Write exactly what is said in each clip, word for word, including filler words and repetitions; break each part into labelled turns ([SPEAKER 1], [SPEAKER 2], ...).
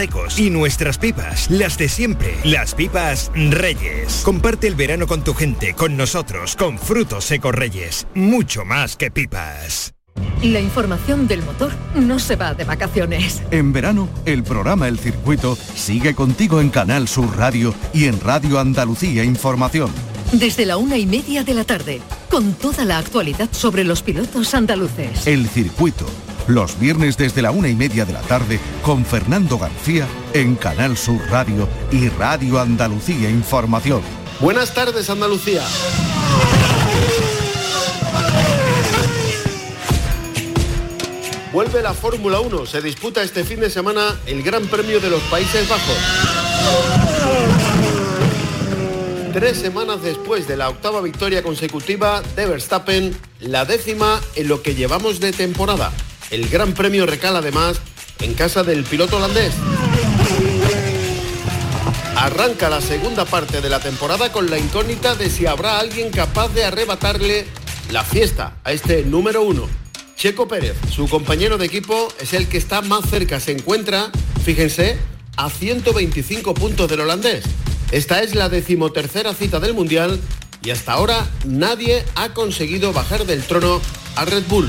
[SPEAKER 1] Y nuestras pipas, las de siempre, las pipas Reyes. Comparte el verano con tu gente, con nosotros, con Frutos Secos Reyes. Mucho más que pipas.
[SPEAKER 2] La información del motor no se va de vacaciones.
[SPEAKER 3] En verano, el programa El Circuito sigue contigo en Canal Sur Radio y en Radio Andalucía Información.
[SPEAKER 2] Desde la una y media de la tarde, con toda la actualidad sobre los pilotos andaluces.
[SPEAKER 3] El Circuito, los viernes desde la una y media de la tarde, con Fernando García en Canal Sur Radio y Radio Andalucía Información.
[SPEAKER 4] Buenas tardes, Andalucía. Vuelve la Fórmula uno, se disputa este fin de semana el Gran Premio de los Países Bajos. Tres semanas después de la octava victoria consecutiva de Verstappen, la décima en lo que llevamos de temporada. El Gran Premio recala además en casa del piloto holandés. Arranca la segunda parte de la temporada con la incógnita de si habrá alguien capaz de arrebatarle la fiesta a este número uno. Checo Pérez, su compañero de equipo, es el que está más cerca. Se encuentra, fíjense, a ciento veinticinco puntos del holandés. Esta es la decimotercera cita del Mundial y hasta ahora nadie ha conseguido bajar del trono a Red Bull.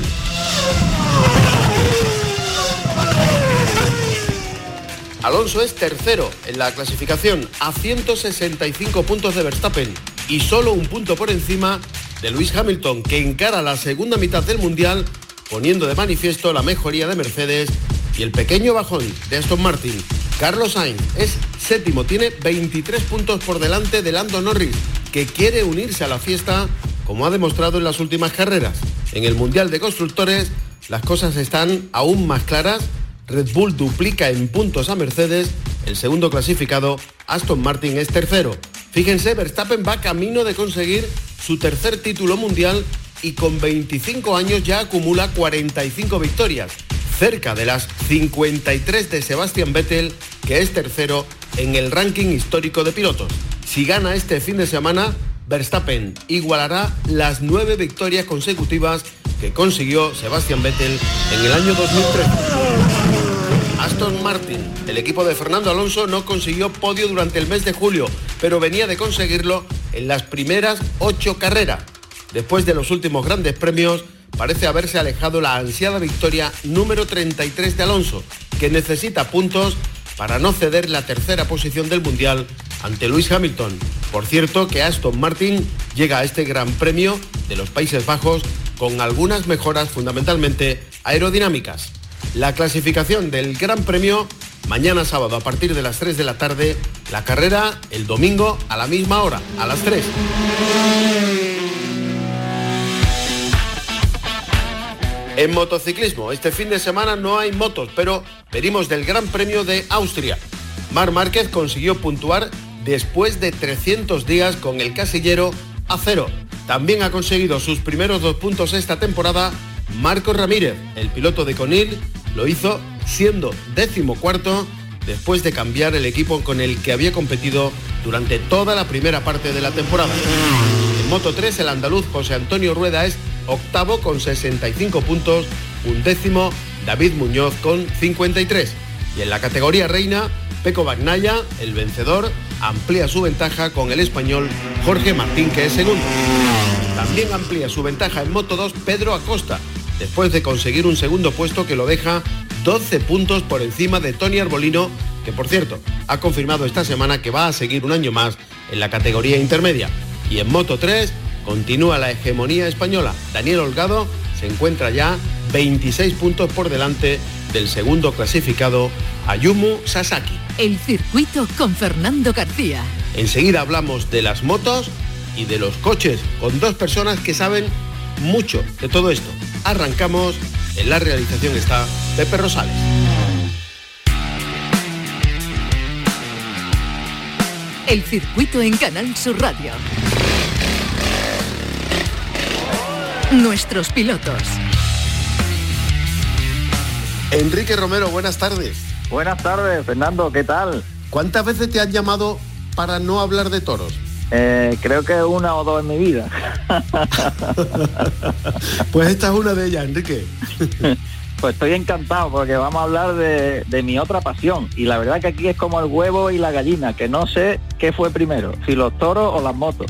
[SPEAKER 4] Alonso es tercero en la clasificación a ciento sesenta y cinco puntos de Verstappen y solo un punto por encima de Lewis Hamilton, que encara la segunda mitad del Mundial poniendo de manifiesto la mejoría de Mercedes y el pequeño bajón de Aston Martin. Carlos Sainz es séptimo, tiene veintitrés puntos por delante de Lando Norris, que quiere unirse a la fiesta como ha demostrado en las últimas carreras. En el Mundial de Constructores las cosas están aún más claras. Red Bull duplica en puntos a Mercedes, el segundo clasificado, Aston Martin, es tercero. Fíjense, Verstappen va camino de conseguir su tercer título mundial y con veinticinco años ya acumula cuarenta y cinco victorias, cerca de las cincuenta y tres de Sebastian Vettel, que es tercero en el ranking histórico de pilotos. Si gana este fin de semana, Verstappen igualará las nueve victorias consecutivas que consiguió Sebastian Vettel en el año dos mil trece. Aston Martin, el equipo de Fernando Alonso, no consiguió podio durante el mes de julio, pero venía de conseguirlo en las primeras ocho carreras. Después de los últimos grandes premios, parece haberse alejado la ansiada victoria número treinta y tres de Alonso, que necesita puntos para no ceder la tercera posición del Mundial ante Lewis Hamilton. Por cierto, que Aston Martin llega a este Gran Premio de los Países Bajos con algunas mejoras fundamentalmente aerodinámicas. La clasificación del Gran Premio mañana sábado a partir de las tres de la tarde, la carrera el domingo a la misma hora, a las tres. En motociclismo, este fin de semana no hay motos, pero venimos del Gran Premio de Austria. Marc Márquez consiguió puntuar después de trescientos días con el casillero a cero. También ha conseguido sus primeros dos puntos esta temporada Marcos Ramírez. El piloto de Conil lo hizo siendo décimo cuarto después de cambiar el equipo con el que había competido durante toda la primera parte de la temporada. En Moto tres, el andaluz José Antonio Rueda es octavo con sesenta y cinco puntos, un décimo David Muñoz con cincuenta y tres. Y en la categoría reina, Pecco Bagnaia, el vencedor, amplía su ventaja con el español Jorge Martín, que es segundo. También amplía su ventaja en Moto dos Pedro Acosta, después de conseguir un segundo puesto que lo deja doce puntos por encima de Tony Arbolino, que por cierto ha confirmado esta semana que va a seguir un año más en la categoría intermedia. Y en Moto tres continúa la hegemonía española. Daniel Holgado se encuentra ya veintiséis puntos por delante del segundo clasificado, Ayumu Sasaki.
[SPEAKER 2] El circuito con Fernando García.
[SPEAKER 4] Enseguida hablamos de las motos y de los coches con dos personas que saben mucho de todo esto. Arrancamos. En la realización está Pepe Rosales.
[SPEAKER 2] El circuito en Canal Sur Radio. Nuestros pilotos.
[SPEAKER 4] Enrique Romero, buenas tardes.
[SPEAKER 5] Buenas tardes, Fernando, ¿qué tal?
[SPEAKER 4] ¿Cuántas veces te han llamado para no hablar de toros?
[SPEAKER 5] Eh, creo que una o dos en mi vida.
[SPEAKER 4] Pues esta es una de ellas, Enrique.
[SPEAKER 5] Pues estoy encantado porque vamos a hablar de, de mi otra pasión. Y la verdad que aquí es como el huevo y la gallina, que no sé qué fue primero, si los toros o las motos.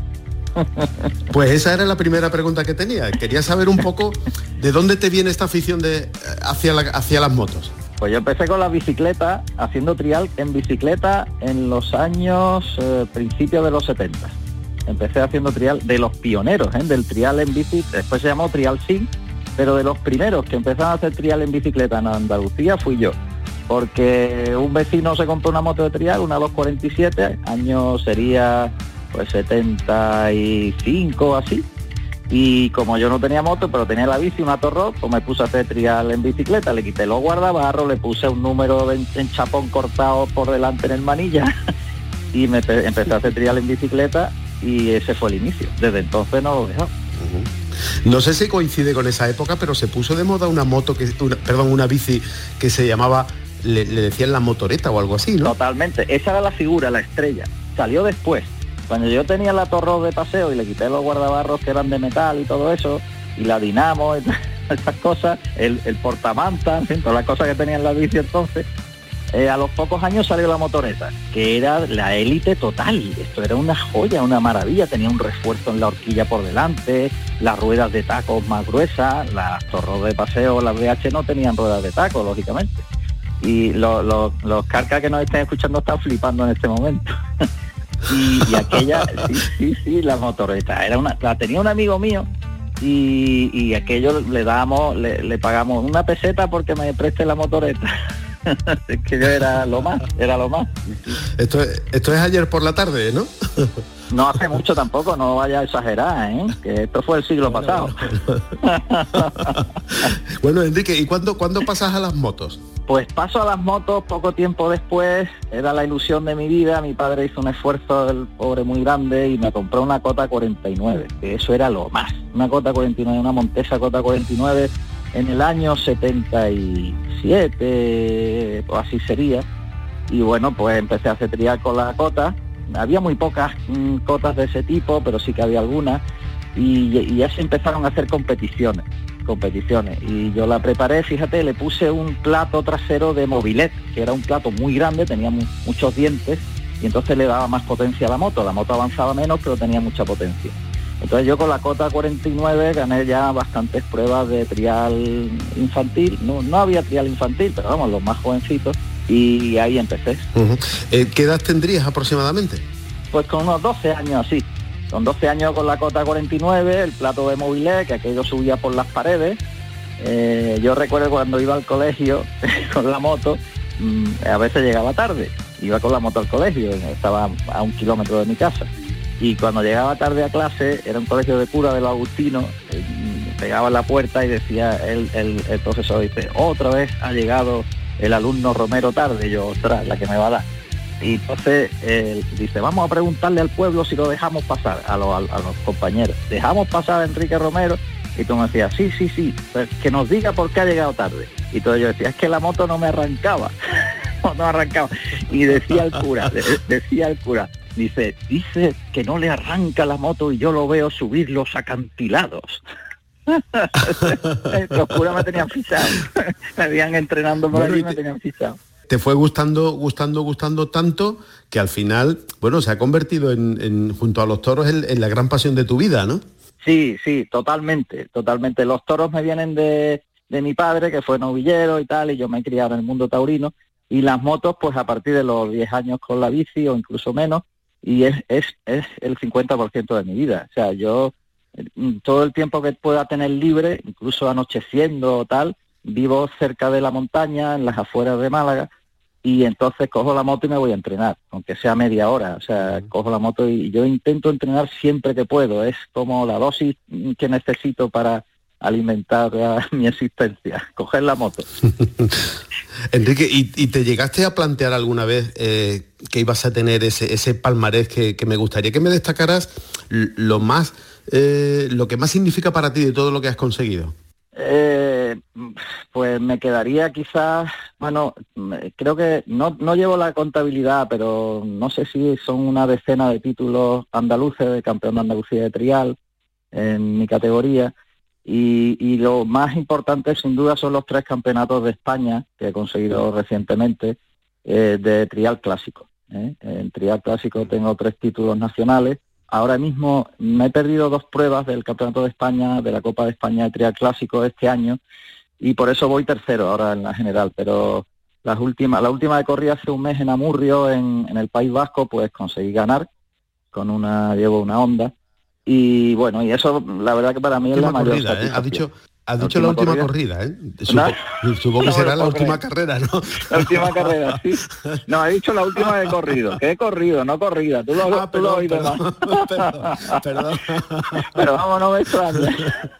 [SPEAKER 4] Pues esa era la primera pregunta que tenía. Quería saber un poco de dónde te viene esta afición de hacia, la, hacia las motos.
[SPEAKER 5] Pues yo empecé con la bicicleta, haciendo trial en bicicleta en los años eh, principios de los setenta. Empecé haciendo trial de los pioneros, ¿eh? del trial en bici, después se llamó Trial Sim, pero de los primeros que empezaron a hacer trial en bicicleta en Andalucía fui yo. Porque un vecino se compró una moto de trial, una dos cuarenta y siete, año sería pues setenta y cinco así, y como yo no tenía moto pero tenía la bici, una Torrot, pues me puse a hacer trial en bicicleta, le quité los guardabarros, le puse un número en, en chapón cortado por delante en el manilla y me pe- empecé a hacer trial en bicicleta y ese fue el inicio. Desde entonces no lo dejo.
[SPEAKER 4] Uh-huh. No sé si coincide con esa época, pero se puso de moda una moto que, una, perdón, una bici que se llamaba, le, le decían la motoreta o algo así, ¿no?
[SPEAKER 5] Totalmente, esa era la figura, la estrella. Salió después. Cuando yo tenía la Torrot de paseo y le quité los guardabarros que eran de metal y todo eso, y la dinamo, y esas cosas, el, el portamanta, en fin, todas las cosas que tenía en la bici entonces, eh, a los pocos años salió la motoreta, que era la élite total. Esto era una joya, una maravilla, tenía un refuerzo en la horquilla por delante, las ruedas de tacos más gruesas, las Torrot de paseo, las B H no tenían ruedas de taco, lógicamente. Y lo, lo, los carcas que nos estén escuchando están flipando en este momento. Y, y aquella, sí, sí, sí, la motoreta, era una, la tenía un amigo mío y, y aquello le dábamos, le, le pagamos una peseta porque me preste la motoreta. Es que yo era lo más, era lo más.
[SPEAKER 4] Esto, esto es ayer por la tarde, ¿no?
[SPEAKER 5] No hace mucho tampoco, no vaya a exagerar, ¿eh? Que esto fue el siglo bueno, pasado.
[SPEAKER 4] Bueno, bueno Enrique, ¿y cuándo, cuándo pasas a las motos?
[SPEAKER 5] Pues paso a las motos poco tiempo después, era la ilusión de mi vida, mi padre hizo un esfuerzo, el pobre muy grande, y me compró una Cota cuarenta y nueve, que eso era lo más, una Cota cuarenta y nueve, una Montesa Cota cuarenta y nueve, en el año setenta y siete, o así sería, y bueno, pues empecé a hacer trial con la Cota, había muy pocas mmm, cotas de ese tipo, pero sí que había algunas, y, y ya se empezaron a hacer competiciones. competiciones y yo la preparé, fíjate, le puse un plato trasero de mobilet, que era un plato muy grande, tenía mu- muchos dientes y entonces le daba más potencia a la moto, la moto avanzaba menos pero tenía mucha potencia. Entonces yo con la Cota cuarenta y nueve gané ya bastantes pruebas de trial infantil, no, no había trial infantil, pero vamos, los más jovencitos, y ahí empecé.
[SPEAKER 4] Uh-huh. Eh, ¿Qué edad tendrías aproximadamente?
[SPEAKER 5] Pues con unos doce años así. Con doce años con la Cota cuarenta y nueve, el plato de mobilet, que aquello subía por las paredes. Eh, yo recuerdo cuando iba al colegio con la moto, mmm, a veces llegaba tarde. Iba con la moto al colegio, estaba a un kilómetro de mi casa. Y cuando llegaba tarde a clase, era un colegio de cura de los agustinos, eh, pegaba en la puerta y decía, el, el, el profesor dice, otra vez ha llegado el alumno Romero tarde. Y yo, ostras, la que me va a dar. Y entonces eh, dice, vamos a preguntarle al pueblo si lo dejamos pasar, a, lo, a, a los compañeros. ¿Dejamos pasar a Enrique Romero? Y tú me decías, sí, sí, sí, pues que nos diga por qué ha llegado tarde. Y entonces yo decía, es que la moto no me arrancaba, no, no arrancaba. Y decía el cura, de, decía el cura, dice, dice que no le arranca la moto y yo lo veo subir los acantilados. Los curas me tenían fichado, me habían entrenando por bueno, allí y me tenían fichado.
[SPEAKER 4] Te fue gustando, gustando, gustando tanto que al final, bueno, se ha convertido en, en junto a los toros en, en la gran pasión de tu vida, ¿no?
[SPEAKER 5] Sí, sí, totalmente, totalmente. Los toros me vienen de, de mi padre, que fue novillero y tal, y yo me he criado en el mundo taurino, y las motos, pues a partir de los diez años con la bici o incluso menos, y es, es, es el cincuenta por ciento de mi vida. O sea, yo todo el tiempo que pueda tener libre, incluso anocheciendo o tal, vivo cerca de la montaña, en las afueras de Málaga, y entonces cojo la moto y me voy a entrenar, aunque sea media hora. O sea, cojo la moto y yo intento entrenar siempre que puedo. Es como la dosis que necesito para alimentar a mi existencia, coger la moto.
[SPEAKER 4] Enrique, ¿y, ¿y te llegaste a plantear alguna vez eh, que ibas a tener ese, ese palmarés que, que me gustaría que me destacaras lo más, eh, lo que más significa para ti de todo lo que has conseguido?
[SPEAKER 5] Eh, pues me quedaría quizás, bueno, creo que no, no llevo la contabilidad, pero no sé si son una decena de títulos andaluces, de campeón de Andalucía de trial en mi categoría, Y, y lo más importante sin duda son los tres campeonatos de España que he conseguido recientemente eh, de trial clásico. ¿eh? En trial clásico tengo tres títulos nacionales. Ahora mismo me he perdido dos pruebas del Campeonato de España, de la Copa de España de trial clásico este año, y por eso voy tercero ahora en la general, pero las últimas, la última de corrida hace un mes en Amurrio, en, en el País Vasco, pues conseguí ganar con una, llevo una Honda. Y bueno, y eso la verdad que para mí es la mayor
[SPEAKER 6] corrida,
[SPEAKER 5] satisfacción.
[SPEAKER 6] ¿eh? Has dicho, has dicho la última corrida, corrida ¿eh? Supo, ¿No? Supongo que no será la última carrera, ¿no?
[SPEAKER 5] La última carrera, sí. No, he dicho la última de corrido, que he corrido, no corrida. Tú lo, ah, tú perdón, lo has oído
[SPEAKER 6] perdón,
[SPEAKER 5] más.
[SPEAKER 6] Perdón, perdón.
[SPEAKER 5] Pero vamos, no me extraña.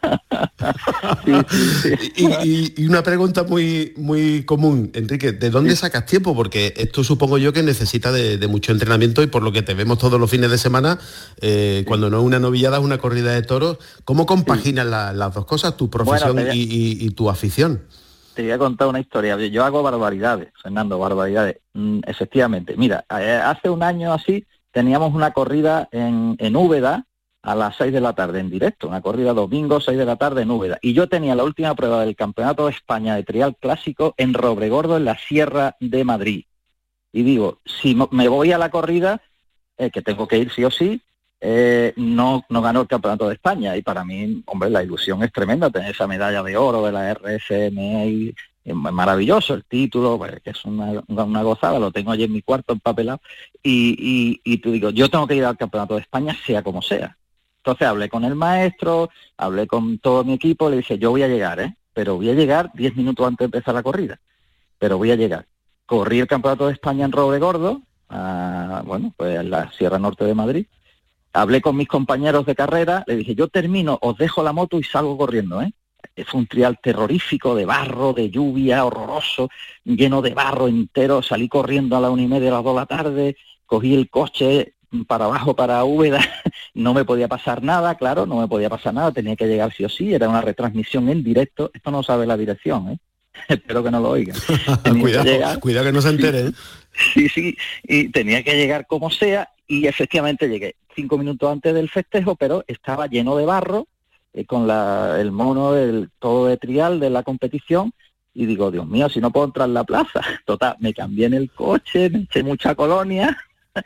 [SPEAKER 6] Sí, sí, sí. Y, y, y una pregunta muy muy común, Enrique, ¿de dónde sí. sacas tiempo? Porque esto supongo yo que necesita de, de mucho entrenamiento y por lo que te vemos todos los fines de semana, eh, sí. cuando no es una novillada, es una corrida de toros. ¿Cómo compaginas sí. la, las dos cosas, tu profesión bueno, y, y, y tu afición?
[SPEAKER 5] Te voy a contar una historia. Yo hago barbaridades, Fernando, barbaridades. Mm, efectivamente, mira, eh, hace un año así teníamos una corrida en, en Úbeda, a las seis de la tarde en directo, una corrida domingo, seis de la tarde en Úbeda. Y yo tenía la última prueba del Campeonato de España de trial clásico en Robregordo, en la Sierra de Madrid. Y digo, si me voy a la corrida, eh, que tengo que ir sí o sí, eh, no, no gano el Campeonato de España. Y para mí, hombre, la ilusión es tremenda, tener esa medalla de oro de la R S M I, es maravilloso el título, pues, que es una, una gozada, lo tengo allí en mi cuarto empapelado. Y, y, y te digo, yo tengo que ir al Campeonato de España, sea como sea. Entonces hablé con el maestro, hablé con todo mi equipo, le dije, yo voy a llegar, ¿eh? Pero voy a llegar diez minutos antes de empezar la corrida, pero voy a llegar. Corrí el Campeonato de España en Robregordo, a, bueno, pues en la Sierra Norte de Madrid. Hablé con mis compañeros de carrera, le dije, yo termino, os dejo la moto y salgo corriendo, ¿eh? Fue un trial terrorífico, de barro, de lluvia, horroroso, lleno de barro entero. Salí corriendo a la una y media, a las dos de la tarde, cogí el coche para abajo, para Úbeda, no me podía pasar nada, claro, no me podía pasar nada, tenía que llegar sí o sí, era una retransmisión en directo, esto no sabe la dirección, ¿eh? Espero que no lo oigan.
[SPEAKER 6] cuidado, que cuidado que no se entere, ¿eh?
[SPEAKER 5] Sí, sí, y tenía que llegar como sea, y efectivamente llegué cinco minutos antes del festejo, pero estaba lleno de barro, eh, con la, el mono, el todo de trial de la competición, y digo, Dios mío, si no puedo entrar en la plaza. Total, me cambié en el coche, me eché mucha colonia,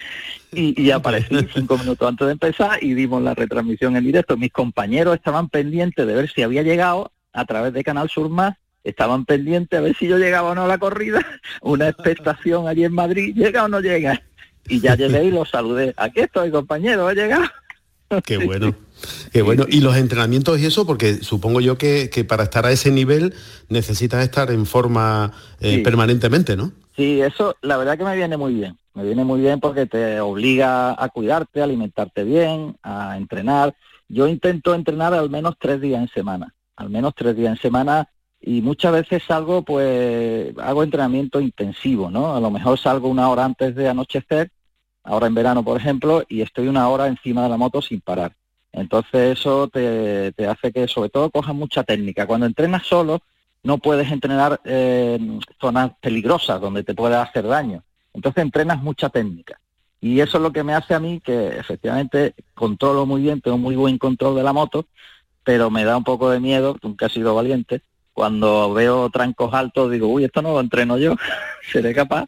[SPEAKER 5] y, y aparecí cinco minutos antes de empezar y dimos la retransmisión en directo. Mis compañeros estaban pendientes de ver si había llegado a través de Canal Sur Más, estaban pendientes a ver si yo llegaba o no a la corrida, una expectación allí en Madrid, ¿llega o no llega? Y ya llegué y los saludé, aquí estoy, compañero, he llegado.
[SPEAKER 6] Qué bueno, qué bueno. Y los entrenamientos y eso, porque supongo yo que, que para estar a ese nivel necesitas estar en forma eh, sí. permanentemente, ¿no?
[SPEAKER 5] Sí, eso la verdad que me viene muy bien. Me viene muy bien porque te obliga a cuidarte, a alimentarte bien, a entrenar. Yo intento entrenar al menos tres días en semana, al menos tres días en semana, y muchas veces salgo, pues, hago entrenamiento intensivo, ¿no? A lo mejor salgo una hora antes de anochecer, ahora en verano, por ejemplo, y estoy una hora encima de la moto sin parar. Entonces eso te, te hace que, sobre todo, cojas mucha técnica. Cuando entrenas solo, no puedes entrenar eh, zonas peligrosas donde te pueda hacer daño. Entonces entrenas mucha técnica. Y eso es lo que me hace a mí que efectivamente controlo muy bien, tengo muy buen control de la moto, pero me da un poco de miedo, nunca he sido valiente, cuando veo trancos altos digo, uy, esto no lo entreno yo, seré capaz.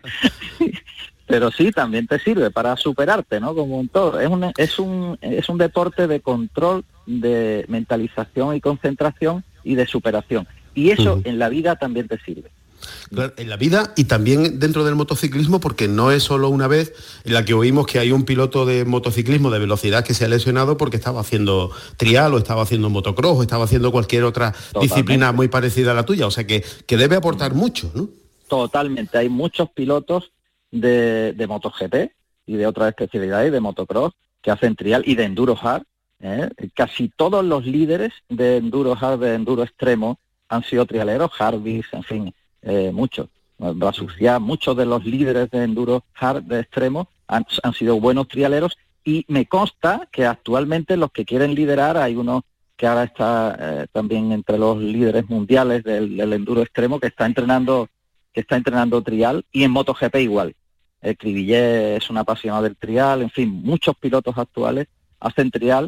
[SPEAKER 5] Pero sí, también te sirve para superarte, ¿no? Como un todo. Es un, es un, es un deporte de control, de mentalización y concentración y de superación. Y eso uh-huh. en la vida también te sirve.
[SPEAKER 6] Claro, en la vida y también dentro del motociclismo, porque no es solo una vez en la que oímos que hay un piloto de motociclismo de velocidad que se ha lesionado porque estaba haciendo trial o estaba haciendo motocross o estaba haciendo cualquier otra Totalmente. disciplina muy parecida a la tuya, o sea que, que debe aportar mucho, ¿no?
[SPEAKER 5] Totalmente, hay muchos pilotos de, de MotoGP y de otras especialidades de motocross que hacen trial y de enduro hard, ¿eh? Casi todos los líderes de enduro hard, de enduro extremo han sido trialeros, Harvis, en fin, Eh, muchos, Brasucia, muchos de los líderes de enduro hard de extremo han, han sido buenos trialeros, y me consta que actualmente los que quieren liderar, hay uno que ahora está eh, también entre los líderes mundiales del, del enduro extremo, que está entrenando que está entrenando trial, y en MotoGP igual. El Cribillé es un apasionado del trial, en fin, muchos pilotos actuales hacen trial,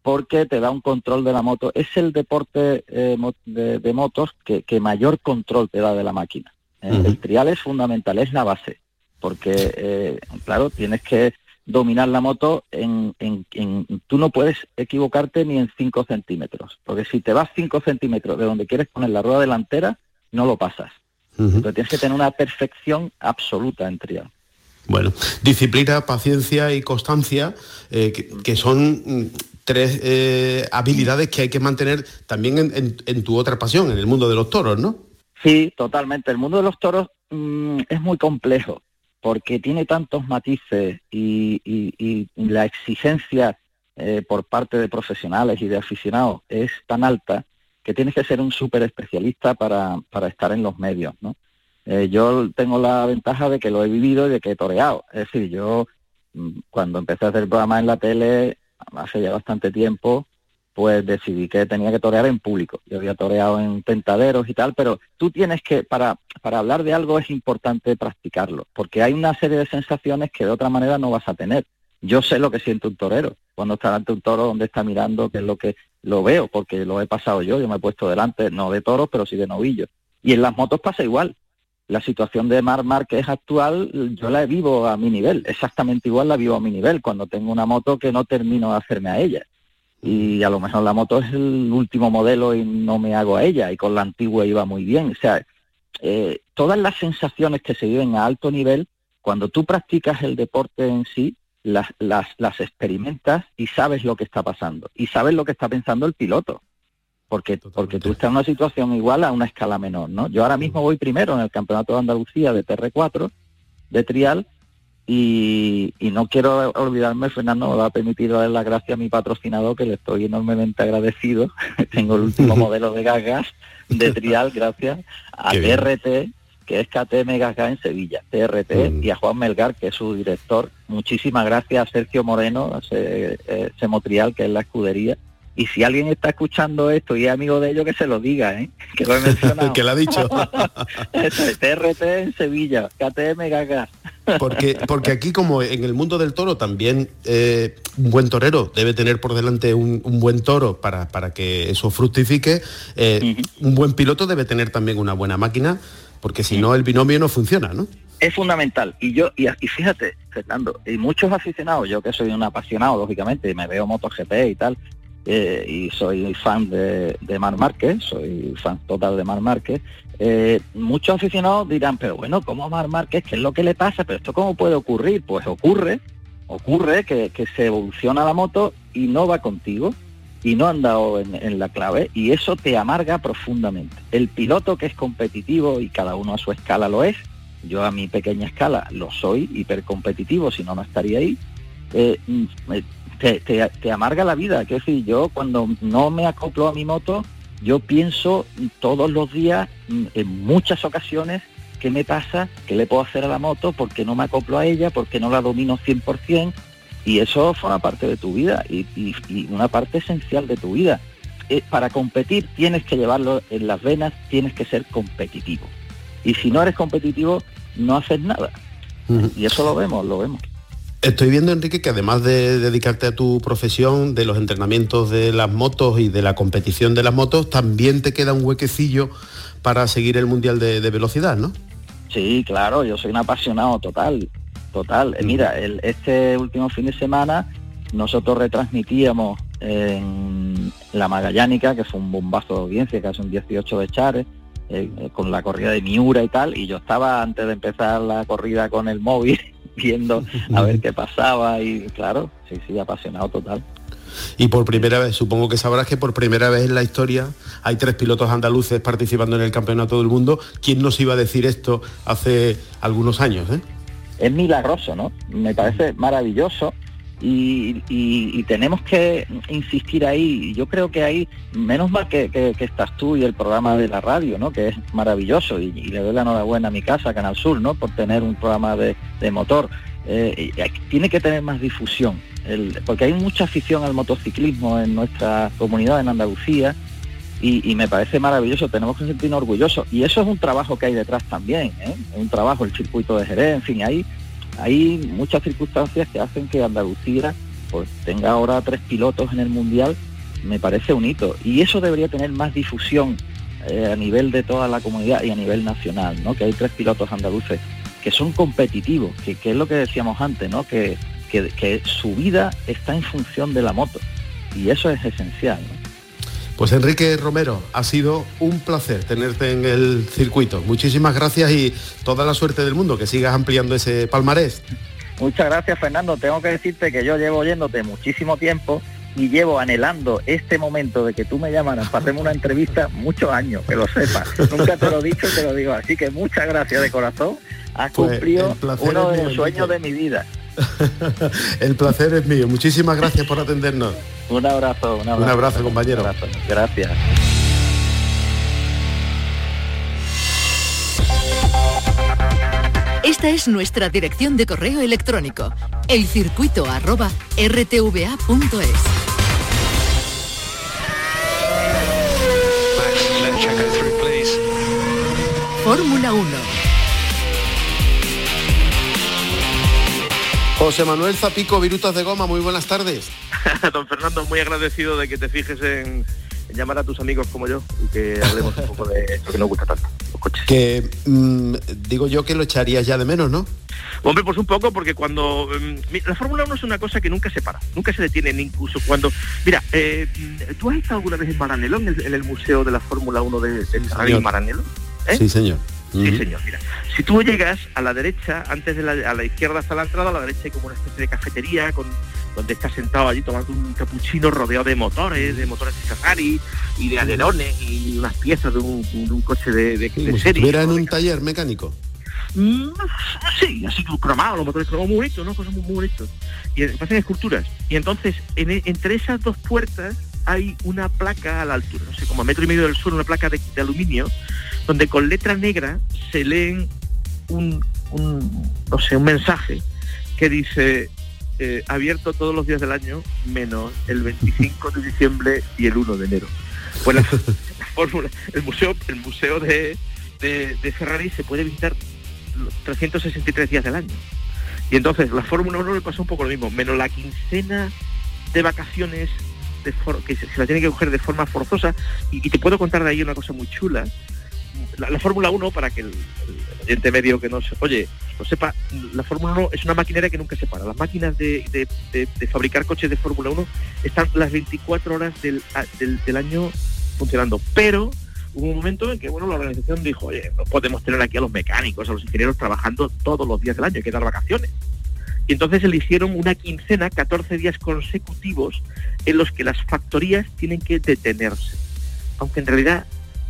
[SPEAKER 5] porque te da un control de la moto. Es el deporte eh, de, de motos que, que mayor control te da de la máquina. ¿eh? Uh-huh. El trial es fundamental, es la base, porque, eh, claro, tienes que dominar la moto en, en, en... Tú no puedes equivocarte ni en cinco centímetros, porque si te vas cinco centímetros de donde quieres poner la rueda delantera, no lo pasas. Uh-huh. Entonces tienes que tener una perfección absoluta en trial.
[SPEAKER 6] Bueno, disciplina, paciencia y constancia, eh, que, que son tres eh, habilidades que hay que mantener también en, en, en tu otra pasión, en el mundo de los toros, ¿no?
[SPEAKER 5] Sí, totalmente. El mundo de los toros mmm, es muy complejo, porque tiene tantos matices y, y, y la exigencia eh, por parte de profesionales y de aficionados es tan alta que tienes que ser un súper especialista para, para estar en los medios, ¿no? Eh, yo tengo la ventaja de que lo he vivido y de que he toreado. Es decir, yo cuando empecé a hacer programas en la tele, hace ya bastante tiempo, pues decidí que tenía que torear en público. Yo había toreado en tentaderos y tal, pero tú tienes que, para, para hablar de algo es importante practicarlo, porque hay una serie de sensaciones que de otra manera no vas a tener. Yo sé lo que siente un torero, cuando está ante un toro, donde está mirando, qué es lo que lo veo, porque lo he pasado yo, yo me he puesto delante, no de toros, pero sí de novillos. Y en las motos pasa igual. La situación de Marc Márquez actual, yo la vivo a mi nivel, exactamente igual la vivo a mi nivel, cuando tengo una moto que no termino de hacerme a ella. Y a lo mejor la moto es el último modelo y no me hago a ella, y con la antigua iba muy bien. O sea, eh, todas las sensaciones que se viven a alto nivel, cuando tú practicas el deporte en sí, las, las, las experimentas y sabes lo que está pasando. Y sabes lo que está pensando el piloto. Porque, porque tú estás en una situación igual a una escala menor, ¿no? Yo ahora mismo voy primero en el Campeonato de Andalucía de T R cuatro, de trial, y, y no quiero olvidarme, Fernando, me va a permitir dar las gracias a mi patrocinador, que le estoy enormemente agradecido. Tengo el último modelo de gas gas de trial, gracias a T R T, que es K T M Gas Gas en Sevilla, T R T, mm. y a Juan Melgar, que es su director. Muchísimas gracias a Sergio Moreno, a Semotrial, que es la escudería. Y si alguien está escuchando esto y es amigo de ellos, que se lo diga, ¿eh? Que lo he mencionado.
[SPEAKER 6] Que lo ha dicho.
[SPEAKER 5] T R T en Sevilla, K T M Gaga.
[SPEAKER 6] Porque, porque aquí, como en el mundo del toro, también eh, un buen torero debe tener por delante un, un buen toro para, para que eso fructifique. Eh, uh-huh. Un buen piloto debe tener también una buena máquina, porque si uh-huh. no, el binomio no funciona, ¿no?
[SPEAKER 5] Es fundamental. Y yo y, y fíjate, Fernando, y muchos aficionados, yo que soy un apasionado, lógicamente, y me veo MotoGP y tal, Eh, y soy fan de, de Marc Márquez, soy fan total de Marc Márquez, eh, muchos aficionados dirán, pero bueno, ¿cómo Marc Márquez? ¿Qué es lo que le pasa? ¿Pero esto cómo puede ocurrir? Pues ocurre, ocurre que, que se evoluciona la moto y no va contigo, y no han dado en, en la clave, y eso te amarga profundamente. El piloto que es competitivo, y cada uno a su escala lo es, yo a mi pequeña escala lo soy, hipercompetitivo, si no, no estaría ahí, eh, Te, te, te amarga la vida. Quiero decir, yo cuando no me acoplo a mi moto, yo pienso todos los días, en muchas ocasiones, qué me pasa, qué le puedo hacer a la moto, porque no me acoplo a ella, porque no la domino cien por ciento, y eso forma parte de tu vida, y, y, y una parte esencial de tu vida. Eh, para competir tienes que llevarlo en las venas, tienes que ser competitivo. Y si no eres competitivo, no haces nada. Uh-huh. Y eso lo vemos, lo vemos.
[SPEAKER 6] Estoy viendo, Enrique, que además de dedicarte a tu profesión, de los entrenamientos de las motos y de la competición de las motos, también te queda un huequecillo para seguir el Mundial de, de Velocidad, ¿no?
[SPEAKER 5] Sí, claro, yo soy un apasionado total, total. Mm. Mira, el, este último fin de semana nosotros retransmitíamos en la Magallánica, que fue un bombazo de audiencia, que son dieciocho de Chares, eh, con la corrida de Miura y tal, y yo estaba antes de empezar la corrida con el móvil viendo a ver qué pasaba, y claro, sí, sí, apasionado total.
[SPEAKER 6] Y por primera vez, supongo que sabrás que por primera vez en la historia hay tres pilotos andaluces participando en el Campeonato del Mundo. ¿Quién nos iba a decir esto hace algunos años, eh?
[SPEAKER 5] Es milagroso, ¿no? Me parece maravilloso. Y, y, y tenemos que insistir ahí. Yo creo que ahí, menos mal que, que, que estás tú y el programa de la radio, ¿no? Que es maravilloso, y, y le doy la enhorabuena a mi casa, Canal Sur, ¿no? Por tener un programa de, de motor. Eh, tiene que tener más difusión, el, porque hay mucha afición al motociclismo en nuestra comunidad en Andalucía, y, y me parece maravilloso, tenemos que sentirnos orgullosos, y eso es un trabajo que hay detrás también, ¿eh? Un trabajo, el circuito de Jerez, en fin, hay Hay muchas circunstancias que hacen que Andalucía pues tenga ahora tres pilotos en el Mundial, me parece un hito. Y eso debería tener más difusión eh, a nivel de toda la comunidad y a nivel nacional, ¿no? Que hay tres pilotos andaluces que son competitivos, que, que es lo que decíamos antes, ¿no? Que, que, que su vida está en función de la moto. Y eso es esencial, ¿no?
[SPEAKER 6] Pues Enrique Romero, ha sido un placer tenerte en el circuito. Muchísimas gracias y toda la suerte del mundo, que sigas ampliando ese palmarés.
[SPEAKER 5] Muchas gracias, Fernando. Tengo que decirte que yo llevo oyéndote muchísimo tiempo y llevo anhelando este momento de que tú me llamaras para hacerme una entrevista muchos años, que lo sepas. Nunca te lo he dicho y te lo digo. Así que muchas gracias de corazón. Has pues cumplido uno de los sueños de mi vida.
[SPEAKER 6] El placer es mío. Muchísimas gracias por atendernos.
[SPEAKER 5] Un abrazo, un abrazo.
[SPEAKER 6] Un abrazo, compañero.
[SPEAKER 5] Un abrazo. Gracias.
[SPEAKER 2] Esta es nuestra dirección de correo electrónico, elcircuito arroba r t v a punto es. Fórmula uno.
[SPEAKER 6] José Manuel Zapico, Virutas de Goma, muy buenas tardes.
[SPEAKER 7] Don Fernando, muy agradecido de que te fijes en, en llamar a tus amigos como yo y que hablemos un poco de lo que nos gusta tanto, los coches.
[SPEAKER 6] Que mmm, digo yo que lo echarías ya de menos, ¿no?
[SPEAKER 7] Hombre, pues un poco, porque cuando... Um, la Fórmula uno es una cosa que nunca se para, nunca se detiene, incluso cuando... Mira, eh, ¿tú has estado alguna vez en Maranello, en el, en el Museo de la Fórmula uno de, de Ferrari Maranello? ¿Eh?
[SPEAKER 6] Sí, señor.
[SPEAKER 7] Sí, uh-huh. señor, mira, si tú llegas a la derecha, antes de la, a la izquierda hasta la entrada, a la derecha hay como una especie de cafetería con, donde estás sentado allí tomando un capuchino rodeado de motores, de motores de Ferrari y de alerones y unas piezas de un, de un coche de, de,
[SPEAKER 6] sí,
[SPEAKER 7] de
[SPEAKER 6] serie.
[SPEAKER 7] Si
[SPEAKER 6] ¿Era en un taller mecánico?
[SPEAKER 7] Mm, sí, así cromados, los motores cromados muy bonitos, ¿no? Cosas muy, muy bonitos. Y parecen esculturas. Y entonces, en, entre esas dos puertas hay una placa a la altura, no sé, como a metro y medio del suelo, una placa de, de aluminio, donde con letra negra se leen un, un no sé, un mensaje que dice eh, abierto todos los días del año menos el veinticinco de diciembre y el uno de enero. Pues la, la fórmula, el museo, el museo de, de, de Ferrari se puede visitar trescientos sesenta y tres días del año. Y entonces la Fórmula uno le pasó un poco lo mismo, menos la quincena de vacaciones de for, que se, se la tiene que coger de forma forzosa. Y, y te puedo contar de ahí una cosa muy chula. La, la Fórmula uno, para que el, el oyente medio que no se, oye, lo sepa, la Fórmula uno es una maquinaria que nunca se para. Las máquinas de, de, de, de fabricar coches de Fórmula uno están las veinticuatro horas del, del, del año funcionando, pero hubo un momento en que, bueno, la organización dijo, oye, no podemos tener aquí a los mecánicos, a los ingenieros trabajando todos los días del año, hay que dar vacaciones. Y entonces eligieron una quincena, catorce días consecutivos, en los que las factorías tienen que detenerse, aunque en realidad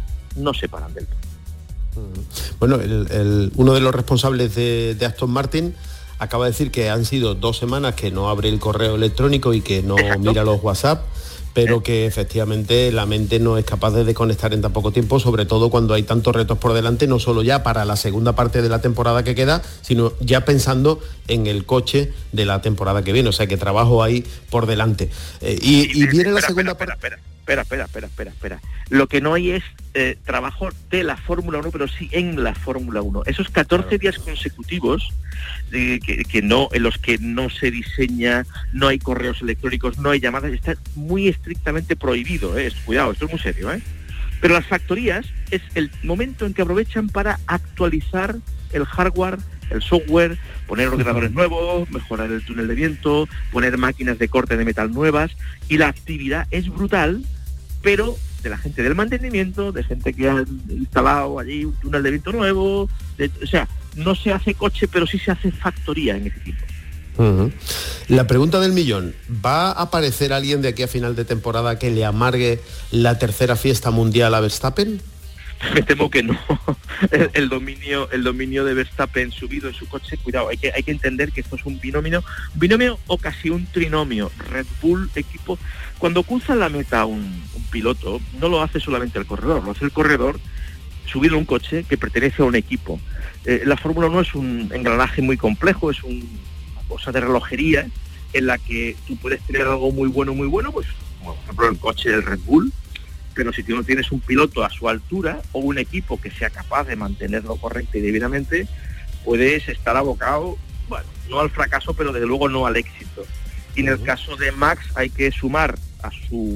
[SPEAKER 7] no se paran del todo.
[SPEAKER 6] Bueno, el, el, uno de los responsables de, de Aston Martin acaba de decir que han sido dos semanas que no abre el correo electrónico y que no Exacto. mira los WhatsApp, pero ¿Eh? que efectivamente la mente no es capaz de desconectar en tan poco tiempo, sobre todo cuando hay tantos retos por delante, no solo ya para la segunda parte de la temporada que queda, sino ya pensando en el coche de la temporada que viene, o sea que trabajo ahí por delante. Eh, y, y viene
[SPEAKER 7] espera,
[SPEAKER 6] la segunda
[SPEAKER 7] parte... Espera, espera. Espera, espera, espera, espera, espera. Lo que no hay es eh, trabajo de la Fórmula uno, pero sí en la Fórmula uno. Esos catorce días consecutivos eh, que, que no, en los que no se diseña, no hay correos electrónicos, no hay llamadas, está muy estrictamente prohibido. ¿eh? Cuidado, esto es muy serio. ¿eh? Pero las factorías es el momento en que aprovechan para actualizar el hardware, el software, poner ordenadores nuevos, mejorar el túnel de viento, poner máquinas de corte de metal nuevas, y la actividad es brutal, pero de la gente del mantenimiento, de gente que ha instalado allí un túnel de viento nuevo, de, o sea, no se hace coche, pero sí se hace factoría en ese tipo.
[SPEAKER 6] Uh-huh. La pregunta del millón, ¿va a aparecer alguien de aquí a final de temporada que le amargue la tercera fiesta mundial a Verstappen?
[SPEAKER 7] Me temo que no. El, el dominio el dominio de Verstappen subido en su coche, cuidado, hay que hay que entender que esto es un binomio, un binomio o casi un trinomio. Red Bull, equipo, cuando cruza la meta un, un piloto, no lo hace solamente el corredor, lo hace el corredor subido a un coche que pertenece a un equipo. Eh, la Fórmula uno es un engranaje muy complejo, es un, una cosa de relojería en la que tú puedes tener algo muy bueno, muy bueno, pues como por ejemplo el coche del Red Bull, pero si tú no tienes un piloto a su altura o un equipo que sea capaz de mantenerlo correcto y debidamente, puedes estar abocado, bueno, no al fracaso, pero desde luego no al éxito. Y en el caso de Max hay que sumar a su,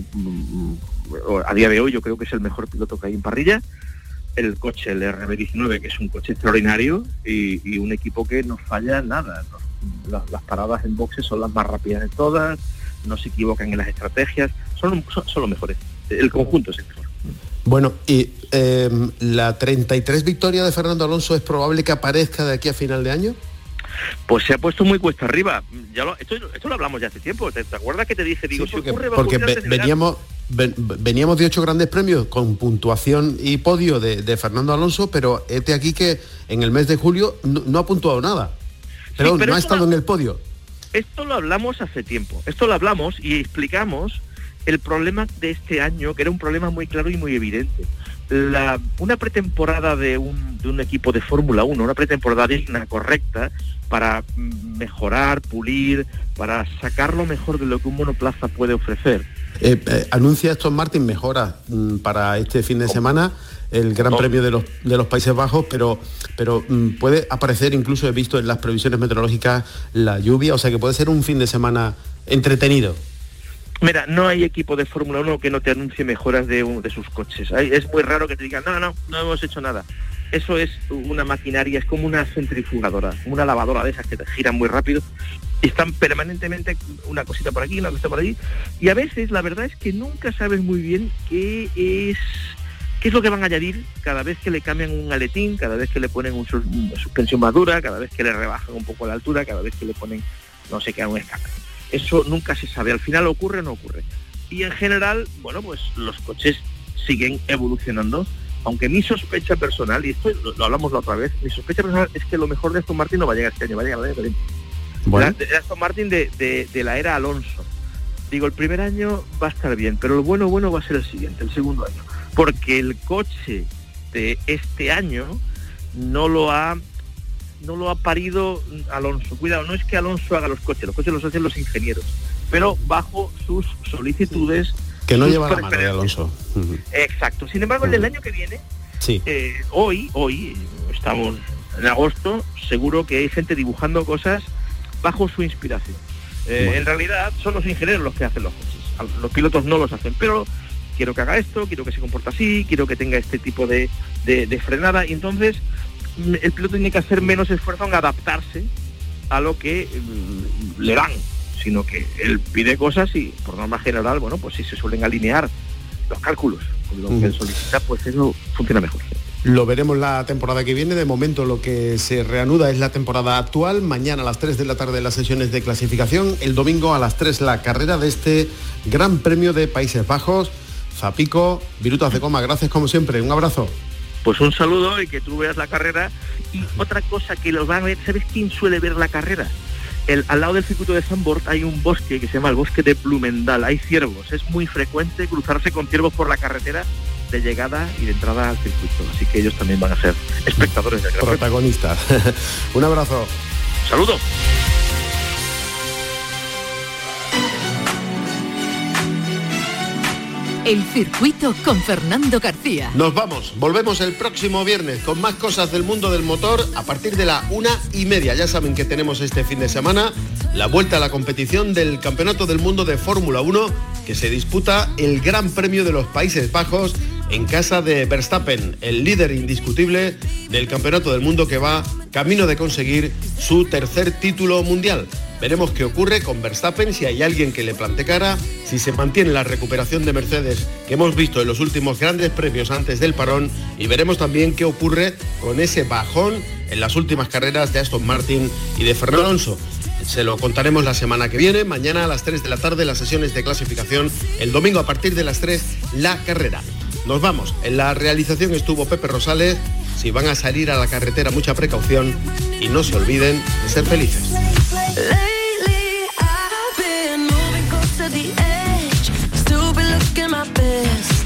[SPEAKER 7] a día de hoy yo creo que es el mejor piloto que hay en parrilla, el coche, el R B diecinueve, que es un coche extraordinario y, y un equipo que no falla nada. Las, las paradas en boxes son las más rápidas de todas, no se equivocan en las estrategias, son, son, son los mejores. El conjunto es el mejor.
[SPEAKER 6] Bueno, y eh, la treinta y tres victoria de Fernando Alonso es probable que aparezca de aquí a final de año.
[SPEAKER 7] Pues se ha puesto muy cuesta arriba. Ya lo, esto, esto lo hablamos ya hace tiempo. ¿Te, te acuerdas que te dije? Digo,
[SPEAKER 6] sí, porque,
[SPEAKER 7] si ocurre, va
[SPEAKER 6] porque
[SPEAKER 7] a ocurrir
[SPEAKER 6] ve, veníamos, ven, veníamos de ocho grandes premios con puntuación y podio de, de Fernando Alonso, pero este aquí que en el mes de julio no, no ha puntuado nada. Pero, sí, pero no ha estado lo, en el podio.
[SPEAKER 7] Esto lo hablamos hace tiempo. Esto lo hablamos y explicamos el problema de este año, que era un problema muy claro y muy evidente. La, una pretemporada de un, de un equipo de Fórmula uno, una pretemporada digna, correcta, para mejorar, pulir, para sacar lo mejor de lo que un monoplaza puede ofrecer.
[SPEAKER 6] Eh, eh, anuncia Aston Martin mejora mm, para este fin de semana, el Gran oh. Premio de los, de los Países Bajos, pero, pero mm, puede aparecer, incluso he visto en las previsiones meteorológicas, la lluvia, o sea que puede ser un fin de semana entretenido.
[SPEAKER 7] Mira, no hay equipo de Fórmula uno que no te anuncie mejoras de, un, de sus coches. Hay, es muy raro que te digan, no, no, no hemos hecho nada. Eso es una maquinaria, es como una centrifugadora, una lavadora de esas que te giran muy rápido y están permanentemente una cosita por aquí, una cosita por allí. Y a veces la verdad es que nunca sabes muy bien qué es qué es lo que van a añadir cada vez que le cambian un aletín, cada vez que le ponen un, una suspensión más dura, cada vez que le rebajan un poco la altura, cada vez que le ponen, no sé qué, un escape. Eso nunca se sabe, al final ocurre o no ocurre. Y en general, bueno, pues los coches siguen evolucionando, aunque mi sospecha personal, y esto lo, lo hablamos la otra vez, mi sospecha personal es que lo mejor de Aston Martin no va a llegar este año, va a llegar el año que viene. Bueno. De, de Aston Martin de, de, de la era Alonso. Digo, el primer año va a estar bien, pero lo bueno bueno va a ser el siguiente, el segundo año. Porque el coche de este año no lo ha... no lo ha parido Alonso. Cuidado, no es que Alonso haga los coches, los coches los hacen los ingenieros, pero bajo sus solicitudes.
[SPEAKER 6] Que no lleva la mano de Alonso.
[SPEAKER 7] Exacto. Sin embargo, el del año que viene,
[SPEAKER 6] sí.
[SPEAKER 7] eh, hoy, hoy, estamos en agosto, seguro que hay gente dibujando cosas bajo su inspiración. Eh, bueno. En realidad son los ingenieros los que hacen los coches, los pilotos no los hacen, pero quiero que haga esto, quiero que se comporte así, quiero que tenga este tipo de, de, de frenada, y entonces el piloto tiene que hacer menos esfuerzo en adaptarse a lo que mm, le dan, sino que él pide cosas y por norma general, bueno, pues si se suelen alinear los cálculos con lo uh-huh. que él solicita, pues eso funciona mejor.
[SPEAKER 6] Lo veremos la temporada que viene. De momento lo que se reanuda es la temporada actual. Mañana a las tres de la tarde las sesiones de clasificación. El domingo a las tres la carrera de este Gran Premio de Países Bajos. Zapico, Virutas de Coma, gracias como siempre. Un abrazo.
[SPEAKER 7] Pues un saludo y que tú veas la carrera. Y otra cosa que los van a ver, ¿sabes quién suele ver la carrera? El, al lado del circuito de Zandvoort hay un bosque que se llama el bosque de Blumendal. Hay ciervos. Es muy frecuente cruzarse con ciervos por la carretera de llegada y de entrada al circuito. Así que ellos también van a ser espectadores del Gran Premio.
[SPEAKER 6] Protagonistas. Un abrazo.
[SPEAKER 7] Saludos.
[SPEAKER 2] El circuito con Fernando García.
[SPEAKER 6] Nos vamos, volvemos el próximo viernes con más cosas del mundo del motor a partir de la una y media. Ya saben que tenemos este fin de semana la vuelta a la competición del Campeonato del Mundo de Fórmula uno, que se disputa el Gran Premio de los Países Bajos en casa de Verstappen, el líder indiscutible del Campeonato del Mundo, que va camino de conseguir su tercer título mundial. Veremos qué ocurre con Verstappen, si hay alguien que le plante cara, si se mantiene la recuperación de Mercedes que hemos visto en los últimos grandes premios antes del parón, y veremos también qué ocurre con ese bajón en las últimas carreras de Aston Martin y de Fernando Alonso. Se lo contaremos la semana que viene. Mañana a las tres de la tarde las sesiones de clasificación, el domingo a partir de las tres la carrera. Nos vamos. En la realización estuvo Pepe Rosales. Si van a salir a la carretera, mucha precaución y no se olviden de ser felices.
[SPEAKER 8] Lately, I've been moving close to the edge, still be looking my best.